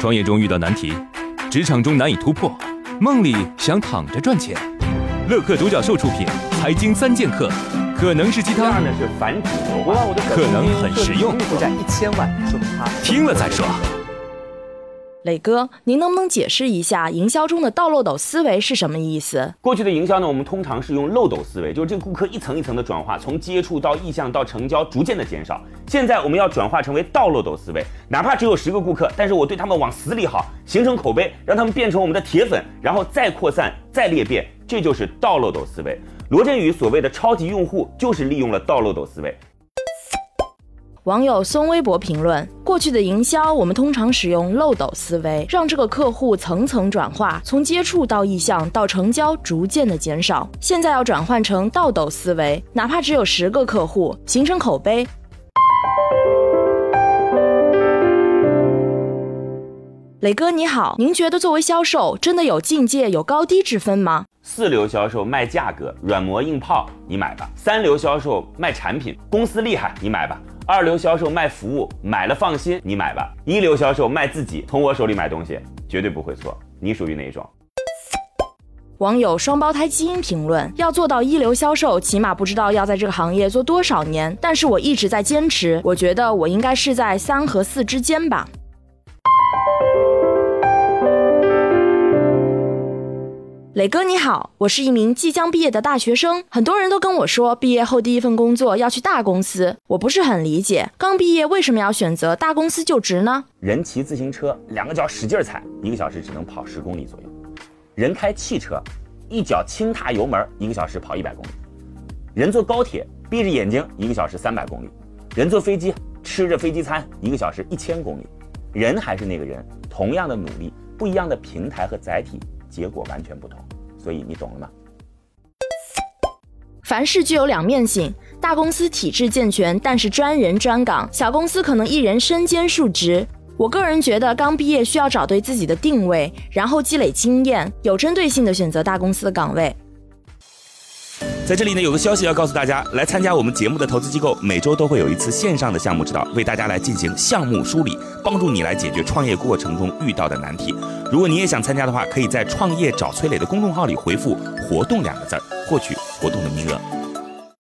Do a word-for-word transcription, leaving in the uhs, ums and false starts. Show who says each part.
Speaker 1: 创业中遇到难题，职场中难以突破，梦里想躺着赚钱。乐客独角兽出品，财经三剑客，可能是鸡汤，
Speaker 2: 呢是繁殖牛化，
Speaker 1: 可能很实用，
Speaker 3: 负债一千万，说明他
Speaker 1: 听了再说。
Speaker 4: 磊哥，您能不能解释一下营销中的倒漏斗思维是什么意思？
Speaker 2: 过去的营销呢，我们通常是用漏斗思维，就是这个顾客一层一层的转化，从接触到意向到成交，逐渐的减少。现在我们要转化成为倒漏斗思维，哪怕只有十个顾客，但是我对他们往死里好，形成口碑，让他们变成我们的铁粉，然后再扩散，再裂变，这就是倒漏斗思维。罗振宇所谓的超级用户，就是利用了倒漏斗思维。
Speaker 4: 网友松微博评论：过去的营销，我们通常使用漏斗思维，让这个客户层层转化，从接触到意向到成交，逐渐的减少。现在要转换成倒斗思维，哪怕只有十个客户，形成口碑。磊哥你好，您觉得作为销售，真的有境界、有高低之分吗？
Speaker 2: 四流销售卖价格，软磨硬泡，你买吧；三流销售卖产品，公司厉害，你买吧；二流销售卖服务，买了放心，你买吧；一流销售卖自己，从我手里买东西，绝对不会错。你属于哪一种？
Speaker 4: 网友双胞胎基因评论：要做到一流销售，起码不知道要在这个行业做多少年，但是我一直在坚持，我觉得我应该是在三和四之间吧。磊哥你好，我是一名即将毕业的大学生，很多人都跟我说毕业后第一份工作要去大公司，我不是很理解，刚毕业为什么要选择大公司就职呢？
Speaker 2: 人骑自行车，两个脚使劲踩，一个小时只能跑十公里左右；人开汽车，一脚轻踏油门，一个小时跑一百公里；人坐高铁，闭着眼睛，一个小时三百公里；人坐飞机，吃着飞机餐，一个小时一千公里。人还是那个人，同样的努力，不一样的平台和载体，结果完全不同。所以你懂了吗？
Speaker 4: 凡事具有两面性，大公司体制健全，但是专人专岗，小公司可能一人身兼数职。我个人觉得刚毕业需要找对自己的定位，然后积累经验，有针对性的选择大公司的岗位。
Speaker 5: 在这里呢，有个消息要告诉大家，来参加我们节目的投资机构每周都会有一次线上的项目指导，为大家来进行项目梳理，帮助你来解决创业过程中遇到的难题。如果你也想参加的话，可以在创业找崔磊的公众号里回复活动两个字，获取活动的名额。